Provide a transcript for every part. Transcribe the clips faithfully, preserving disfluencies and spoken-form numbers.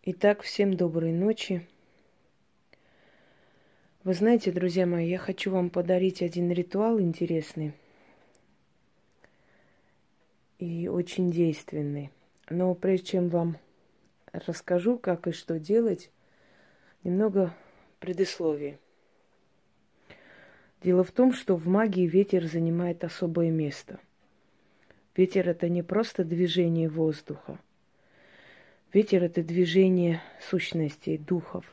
Итак, всем доброй ночи. Вы знаете, друзья мои, я хочу вам подарить один ритуал интересный и очень действенный. Но прежде чем вам расскажу, как и что делать, немного предисловий. Дело в том, что в магии ветер занимает особое место. Ветер – это не просто движение воздуха. Ветер – это движение сущностей, духов.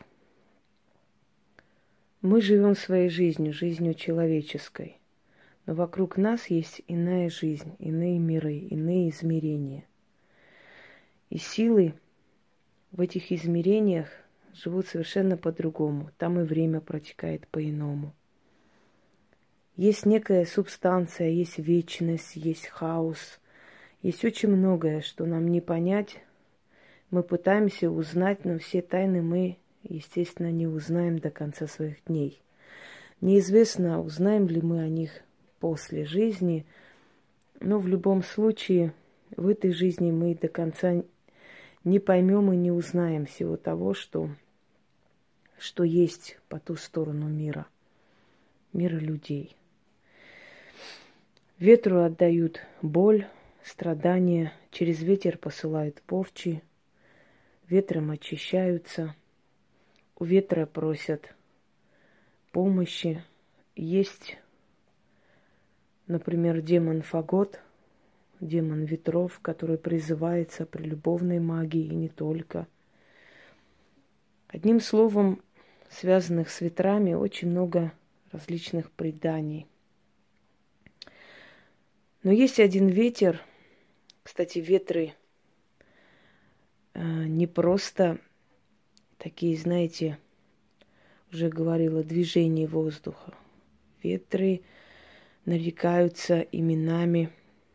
Мы живем своей жизнью, жизнью человеческой. Но вокруг нас есть иная жизнь, иные миры, иные измерения. И силы в этих измерениях живут совершенно по-другому. Там и время протекает по-иному. Есть некая субстанция, есть вечность, есть хаос. Есть очень многое, что нам не понять. Мы пытаемся узнать, но все тайны мы, естественно, не узнаем до конца своих дней. Неизвестно, узнаем ли мы о них после жизни, но в любом случае в этой жизни мы до конца не поймем и не узнаем всего того, что, что есть по ту сторону мира, мира людей. Ветру отдают боль, страдания, через ветер посылают порчи, ветром очищаются, у ветра просят помощи. Есть, например, демон Фагот, демон ветров, который призывается при любовной магии и не только. Одним словом, связанных с ветрами очень много различных преданий. Но есть один ветер, кстати, ветры э, не просто такие, знаете, уже говорила, движение воздуха. Ветры нарекаются именами,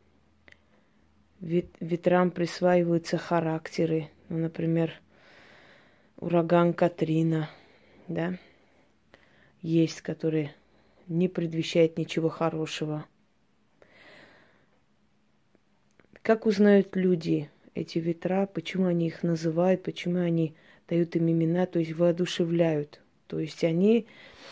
Вет, ветрам присваиваются характеры. Ну, например, ураган Катрина, да, есть, который не предвещает ничего хорошего. Как узнают люди эти ветра, почему они их называют, почему они дают им имена, то есть воодушевляют. То есть они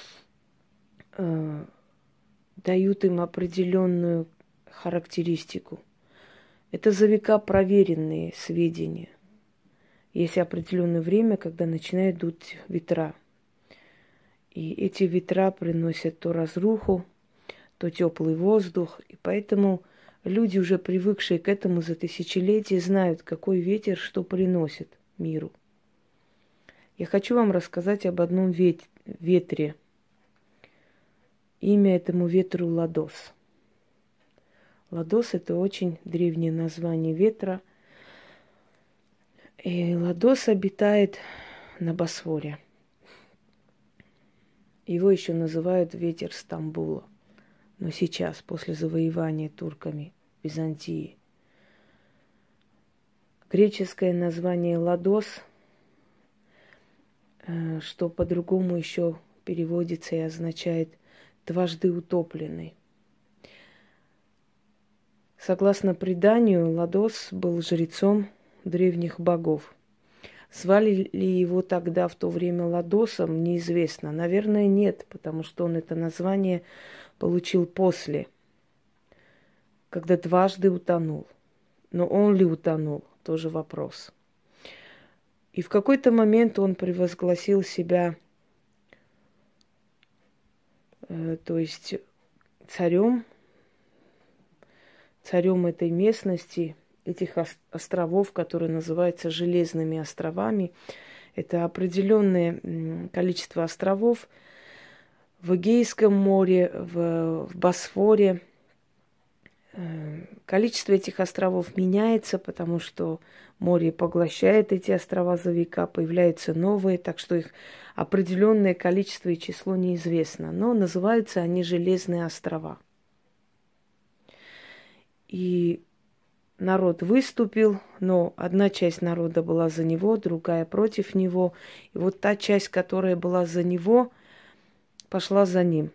э, дают им определенную характеристику. Это за века проверенные сведения. Есть определенное время, когда начинают дуть ветра. И эти ветра приносят то разруху, то теплый воздух. И поэтому люди, уже привыкшие к этому за тысячелетия, знают, какой ветер что приносит миру. Я хочу вам рассказать об одном вет- ветре. Имя этому ветру Ладос. Ладос – это очень древнее название ветра. И Ладос обитает на Босфоре. Его еще называют ветер Стамбула. Но сейчас, после завоевания турками Византии, греческое название Ладос, что по-другому еще переводится и означает «дважды утопленный». Согласно преданию, Ладос был жрецом древних богов. Звали ли его тогда, в то время, Ладосом, неизвестно. Наверное, нет, потому что он это название получил после, когда дважды утонул. Но он ли утонул, тоже вопрос. И в какой-то момент он превозгласил себя, э, то есть царем, царем этой местности, этих островов, которые называются Железными островами. Это определенное количество островов в Эгейском море, в, в Босфоре. Количество этих островов меняется, потому что море поглощает эти острова за века, появляются новые, так что их определенное количество и число неизвестно. Но называются они Железные острова. И народ выступил, но одна часть народа была за него, другая против него. И вот та часть, которая была за него, пошла за ним.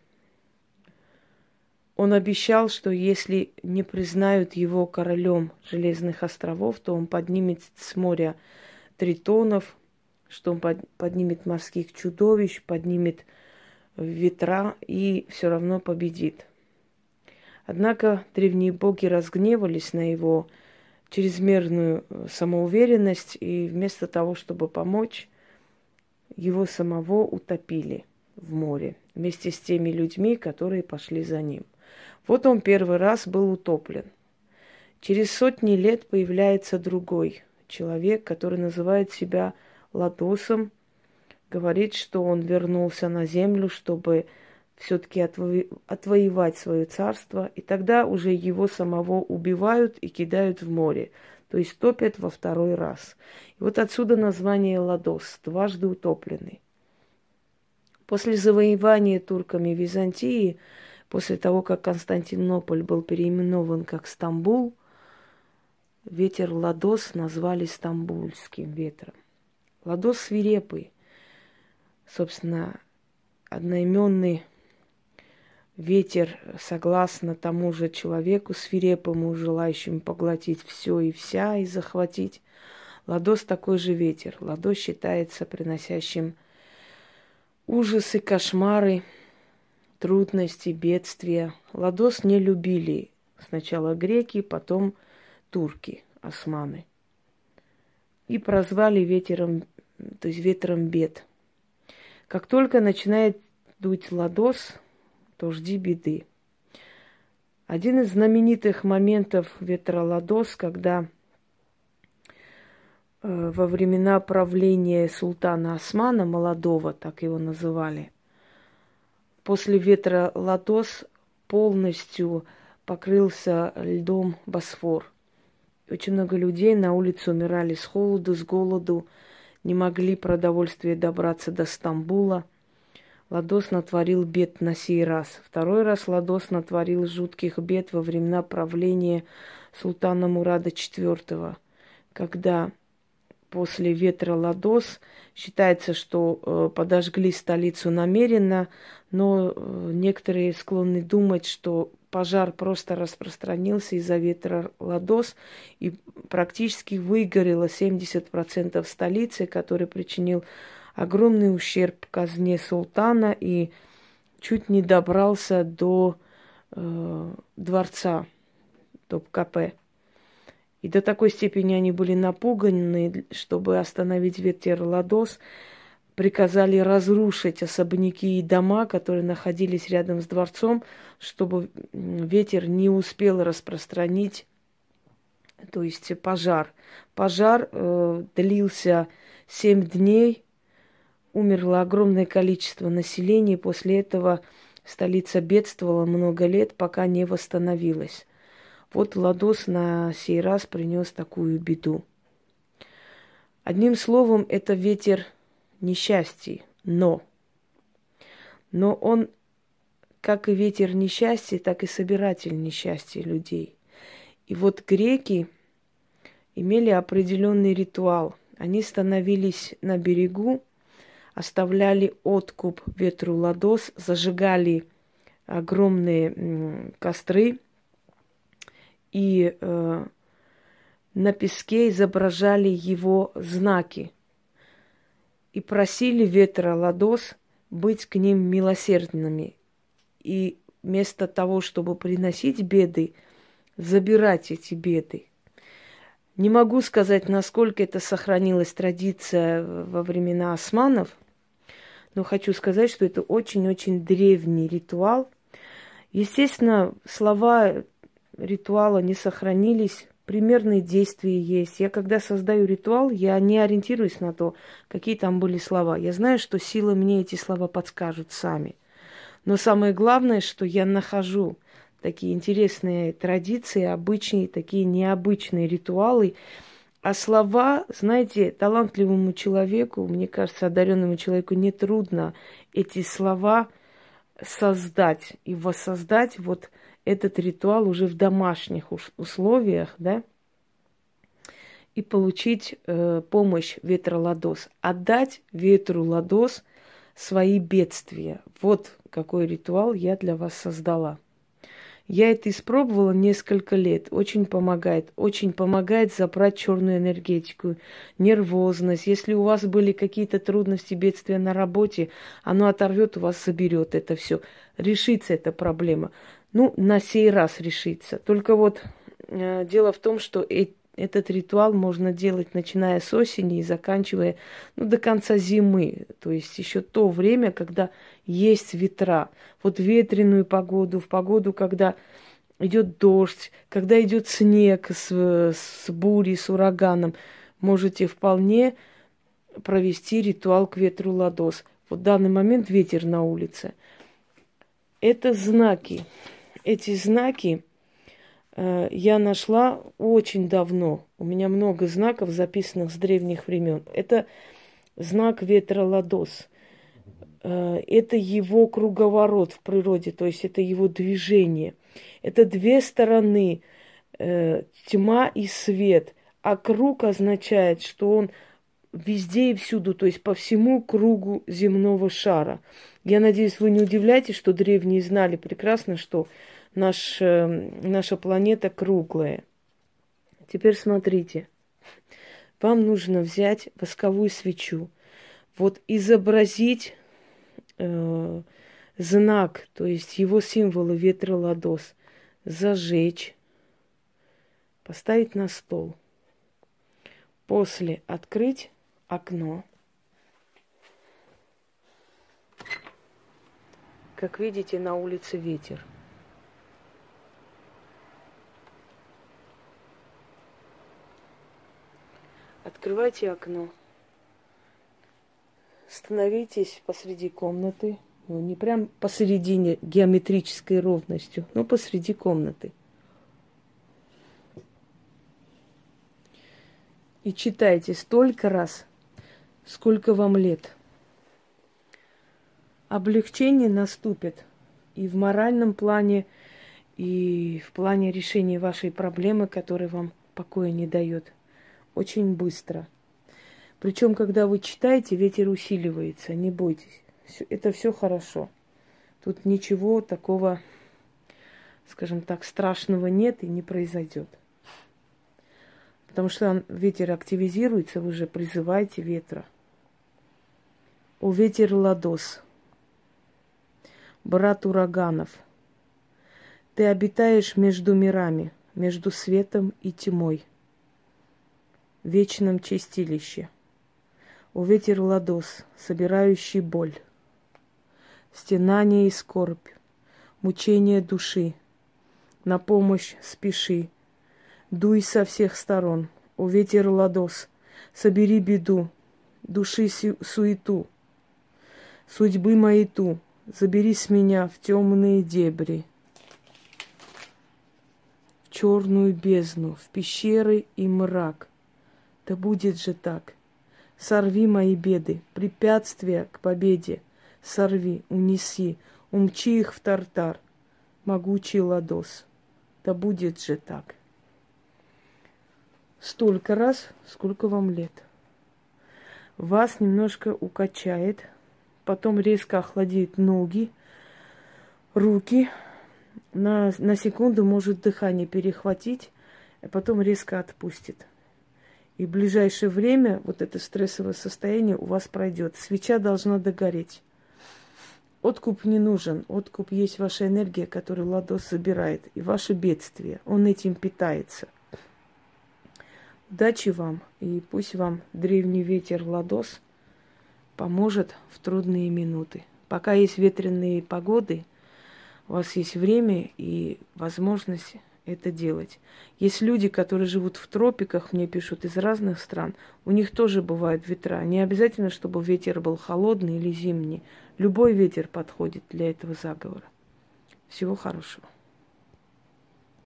Он обещал, что если не признают его королем Железных островов, то он поднимет с моря тритонов, что он под, поднимет морских чудовищ, поднимет ветра и все равно победит. Однако древние боги разгневались на его чрезмерную самоуверенность, и вместо того, чтобы помочь, его самого утопили в море вместе с теми людьми, которые пошли за ним. Вот он первый раз был утоплен. Через сотни лет появляется другой человек, который называет себя Ладосом, говорит, что он вернулся на землю, чтобы все-таки отво... отвоевать свое царство, и тогда уже его самого убивают и кидают в море, то есть топят во второй раз. И вот отсюда название Ладос, дважды утопленный. После завоевания турками Византии, после того, как Константинополь был переименован как Стамбул, ветер Ладос назвали стамбульским ветром. Ладос свирепый, собственно, одноименный ветер, согласно тому же человеку, свирепому, желающему поглотить все и вся и захватить. Ладос такой же ветер. Ладос считается приносящим ужасы, кошмары, трудности, бедствия. Ладос не любили сначала греки, потом турки, османы. И прозвали ветером, то есть ветром бед. Как только начинает дуть Ладос, то жди беды. Один из знаменитых моментов ветра Ладос, когда э, во времена правления султана Османа, молодого, так его называли, после ветра Ладос полностью покрылся льдом Босфор. Очень много людей на улице умирали с холоду, с голоду, не могли продовольствия добраться до Стамбула. Ладос натворил бед на сей раз. Второй раз Ладос натворил жутких бед во времена правления султана Мурада четвёртого, когда после ветра Ладос считается, что э, подожгли столицу намеренно, но э, некоторые склонны думать, что пожар просто распространился из-за ветра Ладос, и практически выгорело семьдесят процентов столицы, который причинил огромный ущерб казне султана и чуть не добрался до э, дворца Топкапе. И до такой степени они были напуганы, чтобы остановить ветер Ладос, приказали разрушить особняки и дома, которые находились рядом с дворцом, чтобы ветер не успел распространить, то есть пожар. Пожар э, длился семь дней, умерло огромное количество населения, и после этого столица бедствовала много лет, пока не восстановилась. Вот Ладос на сей раз принес такую беду. Одним словом, это ветер несчастья, но. Но он, как и ветер несчастья, так и собиратель несчастья людей. И вот греки имели определенный ритуал. Они становились на берегу, оставляли откуп ветру Ладос, зажигали огромные м, костры и э, на песке изображали его знаки и просили ветра Ладос быть к ним милосердными. И вместо того, чтобы приносить беды, забирать эти беды. Не могу сказать, насколько это сохранилась традиция во времена османов, но хочу сказать, что это очень-очень древний ритуал. Естественно, слова ритуала не сохранились, примерные действия есть. Я когда создаю ритуал, я не ориентируюсь на то, какие там были слова. Я знаю, что силы мне эти слова подскажут сами. Но самое главное, что я нахожу такие интересные традиции, обычные, такие необычные ритуалы. А слова, знаете, талантливому человеку, мне кажется, одаренному человеку нетрудно эти слова создать и воссоздать вот этот ритуал уже в домашних условиях, да, и получить э, помощь ветра Ладос, отдать ветру Ладос свои бедствия. Вот какой ритуал я для вас создала. Я это испробовала несколько лет. Очень помогает. Очень помогает забрать черную энергетику, нервозность. Если у вас были какие-то трудности, бедствия на работе, оно оторвет у вас, заберет это все. Решится эта проблема. Ну, на сей раз решится. Только вот э, дело в том, что э, этот ритуал можно делать, начиная с осени и заканчивая, ну, до конца зимы. То есть еще то время, когда есть ветра. Вот в ветреную погоду, в погоду, когда идет дождь, когда идет снег с, с бурей, с ураганом, можете вполне провести ритуал к ветру ладос. Вот в данный момент ветер на улице. Это знаки. Эти знаки э, я нашла очень давно. У меня много знаков, записанных с древних времен. Это знак ветра ладос. Э, это его круговорот в природе, то есть это его движение. Это две стороны, э, тьма и свет. А круг означает, что он везде и всюду, то есть по всему кругу земного шара. Я надеюсь, вы не удивляетесь, что древние знали прекрасно, что наш, э, наша планета круглая. Теперь смотрите. Вам нужно взять восковую свечу, вот изобразить э, знак, то есть его символы ветра ладос, зажечь, поставить на стол. После открыть окно. Как видите, на улице ветер. Открывайте окно. Становитесь посреди комнаты. Ну, не прям посередине геометрической ровностью, но посреди комнаты. И читайте столько раз, сколько вам лет. Облегчение наступит и в моральном плане, и в плане решения вашей проблемы, которая вам покоя не дает. Очень быстро. Причем, когда вы читаете, ветер усиливается. Не бойтесь. Это все хорошо. Тут ничего такого, скажем так, страшного нет и не произойдет. Потому что ветер активизируется, вы же призываете ветра. О ветер ладос, брат ураганов, ты обитаешь между мирами, между светом и тьмой, в вечном чистилище. О ветер ладос, собирающий боль, стенание и скорбь, мучение души, на помощь спеши. Дуй со всех сторон, о ветер ладос, собери беду, души суету, судьбы маяту, забери с меня в темные дебри, в черную бездну, в пещеры и мрак. Да будет же так. Сорви мои беды, препятствия к победе, сорви, унеси, умчи их в тартар, могучий ладос. Да будет же так. Столько раз, сколько вам лет. Вас немножко укачает, потом резко охладит ноги, руки. На, на секунду может дыхание перехватить, а потом резко отпустит. И в ближайшее время вот это стрессовое состояние у вас пройдет. Свеча должна догореть. Откуп не нужен. Откуп есть ваша энергия, которую ладос забирает. И ваше бедствие. Он этим питается. Удачи вам, и пусть вам древний ветер ладос поможет в трудные минуты. Пока есть ветреные погоды, у вас есть время и возможность это делать. Есть люди, которые живут в тропиках, мне пишут из разных стран, у них тоже бывают ветра. Не обязательно, чтобы ветер был холодный или зимний. Любой ветер подходит для этого заговора. Всего хорошего.